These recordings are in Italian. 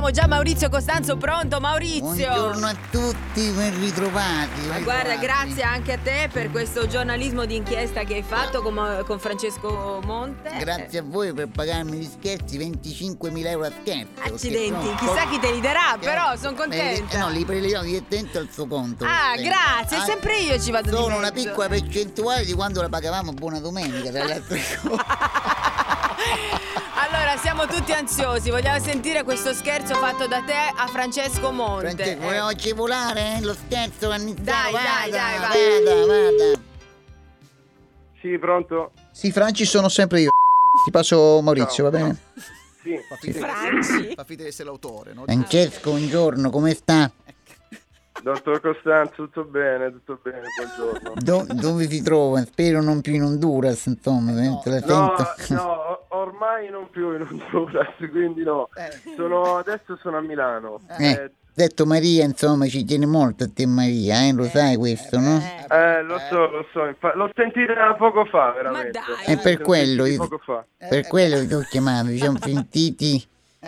abbiamo già Maurizio Costanzo pronto. Maurizio, buongiorno a tutti, ben ritrovati. Ma guarda, grazie anche a te per questo giornalismo di inchiesta che hai fatto con Francesco Monte. Grazie a voi per pagarmi gli scherzi, 25.000 euro a scherzo. Accidenti, chissà chi te li darà, però sono contenta. No, li preleviamo direttamente al suo conto. Ah, grazie, sempre io ci vado di mezzo. Sono una piccola percentuale di quando la pagavamo Buona Domenica, tra le altre cose. Allora, siamo tutti ansiosi, vogliamo sentire questo scherzo fatto da te a Francesco Monte. Francesco, vogliamo agevolare lo scherzo che iniziamo? Dai. Vada. Sì, pronto? Sì, Franci, sono sempre io. Ti passo Maurizio, Ciao. va bene? Sì. Franci. Fa finta di essere l'autore, no? Francesco, buongiorno, come sta? Dottor Costanzo, tutto bene, buongiorno. Dove si trova? Spero non più in Honduras, insomma, No, ormai non più in Honduras, quindi no. Adesso sono a Milano. Detto Maria, insomma, ci tiene molto a te Maria, lo sai questo, no? Lo so, l'ho sentita poco fa, veramente. Ma dai. È per quello, Poco fa. per quello che ti ho chiamato, ci siamo sentiti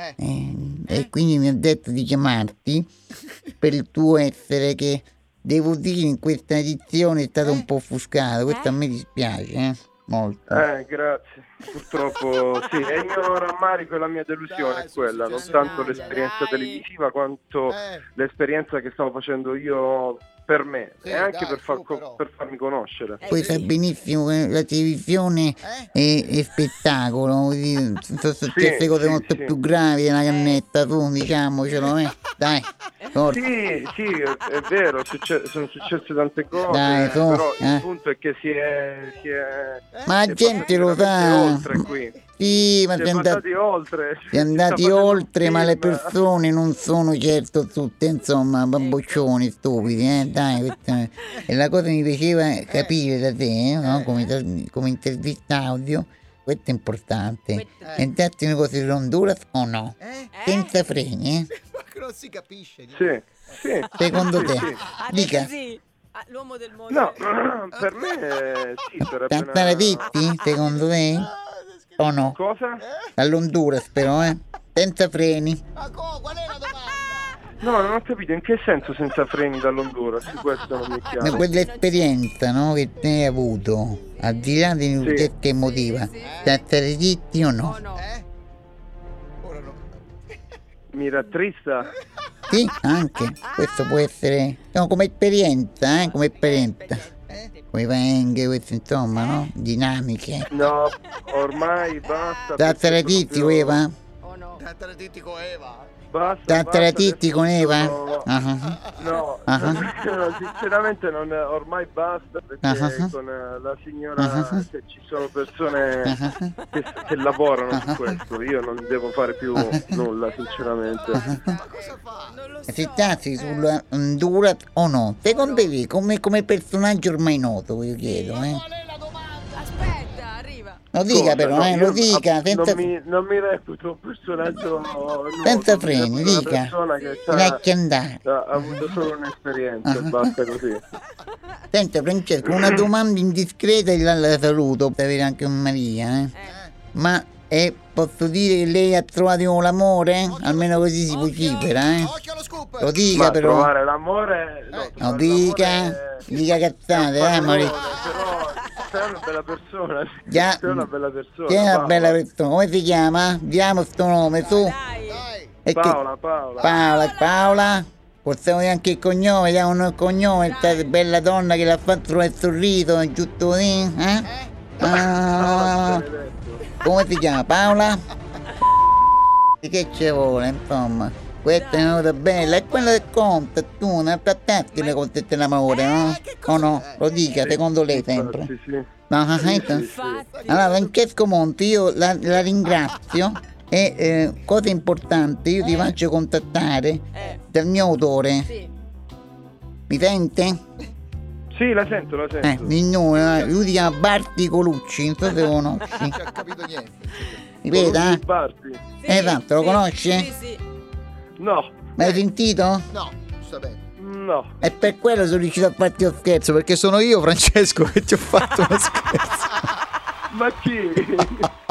e quindi mi ha detto di chiamarti per il tuo essere che, devo dire, in questa edizione è stato un po' offuscato, questo a me dispiace, molto. Grazie. Purtroppo sì, è il mio rammarico e la mia delusione è quella, non tanto l'esperienza televisiva quanto l'esperienza che stavo facendo io per me e anche per farmi conoscere. Poi sai benissimo che la televisione è spettacolo, sono successe cose molto più gravi della cannetta, tu diciamocelo, dai. Forza. Sì, è vero, sono successe tante cose, Dai, però il punto è che si è ma la gente lo sa. Oltre qui. Sì, ma siamo andati oltre. Si è andati oltre, ma le persone non sono certo tutte, insomma, bamboccioni stupidi, dai. Questa... E la cosa mi piaceva capire da te, no? Come intervista audio, questo è importante. Entrate nelle cose di Honduras o no? Senza freni, Ma non si capisce. Sì. Secondo te? Dica. Sì. L'uomo del mondo. No, per me sì, sarebbe Tattaravitti, secondo te? O no? Cosa? Dall'Honduras però, senza freni. Ma qual è la domanda? No, non ho capito in che senso senza freni dall'Honduras, questo non mi è Ma chiaro. quell'esperienza, no, che te hai avuto, al di là di un'urgenza emotiva, tattaravitti o no? Ora no. Mi rattrista? Sì, anche. Questo può essere, no, come esperienza, come esperienza. Come anche questo, insomma, no? Dinamiche. No, ormai basta. Tattaravitti con Eva? Oh no. Tattaravitti con Eva. Basta. Tattaravitti con Eva? No, sinceramente ormai basta perché con la signora ci sono persone che lavorano su questo. Io non devo fare più nulla, sinceramente. Ma cosa fa? Non lo so. Si tratti sulla Honduras o no? Secondo te, come personaggio ormai noto, io chiedo, Qual è la domanda? Aspetta, arriva. Lo dica però, lo dica, non mi reputo un personaggio nuovo, senza freni, una dica. persona che Lasci andare. ha avuto solo un'esperienza, basta così. Senta Francesco, una domanda indiscreta e la saluto, per avere anche un Maria, ma posso dire che lei ha trovato l'amore? Almeno così si vocifera, Occhio allo scoop. Lo dica Ma però. trovare l'amore, Lo dica, dica cazzate, Maurizio. Però sei una bella persona. Già, sei una bella persona. Chi è una Paola. bella persona? Come si chiama? Diamo sto nome, su. Dai. E che- Paola. Possiamo dire anche il cognome, diamo il cognome, questa bella donna che l'ha fatto trovare il sorriso, è giusto così? Ah, come si chiama? Paola? E che ci vuole, insomma? Questa è una cosa bella, è quella del conto, tu non attatti le cose dell'amore, no? O no? Lo dica, secondo lei sempre. Sì. No, senta. Infatti. Allora, Francesco Monti, io la ringrazio e cosa importante, io ti faccio contattare dal mio autore. Sì. Mi sente? Sì, la sento. Il nome, lui si chiama Barti Colucci, non so se lo conosci. Non ci ha capito niente. Ripeta? Barti. Esatto, lo conosci? Sì. No, L'hai sentito? No, sta bene. no. E per quello sono riuscito a farti lo scherzo, Perché sono io, Francesco, che ti ho fatto uno scherzo. Ma chi?